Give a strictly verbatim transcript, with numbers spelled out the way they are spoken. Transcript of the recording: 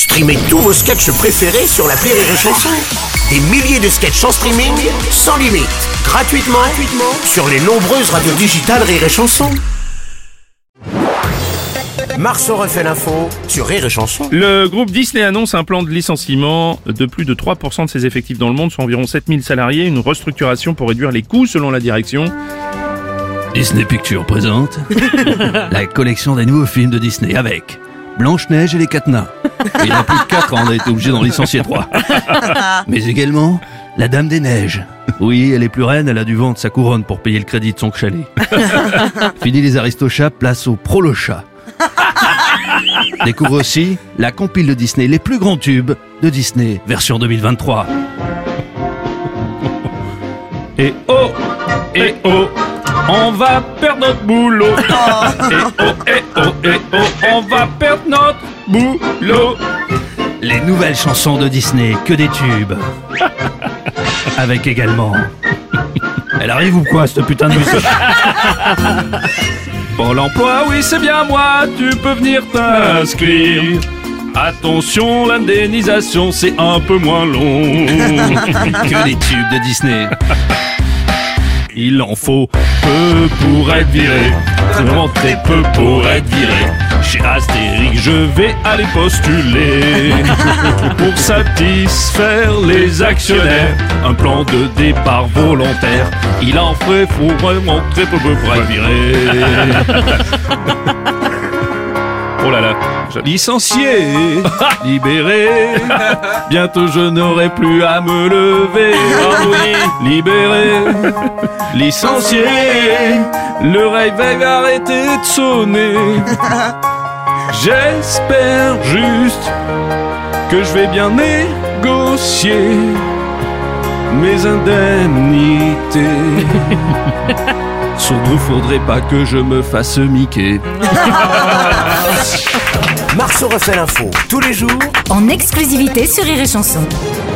Streamez tous vos sketchs préférés sur l'appli Rire et Chanson. Des milliers de sketchs en streaming, sans limite, gratuitement, gratuitement sur les nombreuses radios digitales Rire et Chanson. Marceau refait l'info sur Rire et Chanson. Le groupe Disney annonce un plan de licenciement de plus de trois pour cent de ses effectifs dans le monde, soit environ sept mille salariés, une restructuration pour réduire les coûts selon la direction. Disney Pictures présente la collection des nouveaux films de Disney avec Blanche-Neige et les Quatre Nains. Il y en a plus de quatre, on a été obligé d'en licencier trois. Mais également la Dame des Neiges. Oui, elle est plus reine, elle a dû vendre sa couronne pour payer le crédit de son chalet. Fini les Aristochats, place au Prolocha. Découvre aussi la compile de Disney, les plus grands tubes de Disney, version deux mille vingt-trois. Et oh, et oh, on va perdre notre boulot. Et oh, et oh, et oh, on va perdre notre boulot. Les nouvelles chansons de Disney, que des tubes. Avec également... Elle arrive ou quoi, cette putain de musique? Pôle emploi, oui c'est bien moi, tu peux venir t'inscrire. Attention, l'indemnisation c'est un peu moins long. Que des tubes de Disney. Il en faut peu pour être viré, vraiment très peu pour être viré. Chez Astérix je vais aller postuler pour satisfaire les actionnaires. Un plan de départ volontaire, il en ferait faut vraiment très peu pour être viré. Oh là là. Licencié, libéré, bientôt je n'aurai plus à me lever. Oh oui, libéré, licencié, le réveil va arrêter de sonner. J'espère juste que je vais bien négocier mes indemnités. Surtout faudrait pas que je me fasse miquer. Marceau refait l'info tous les jours en exclusivité sur Rire et Chanson.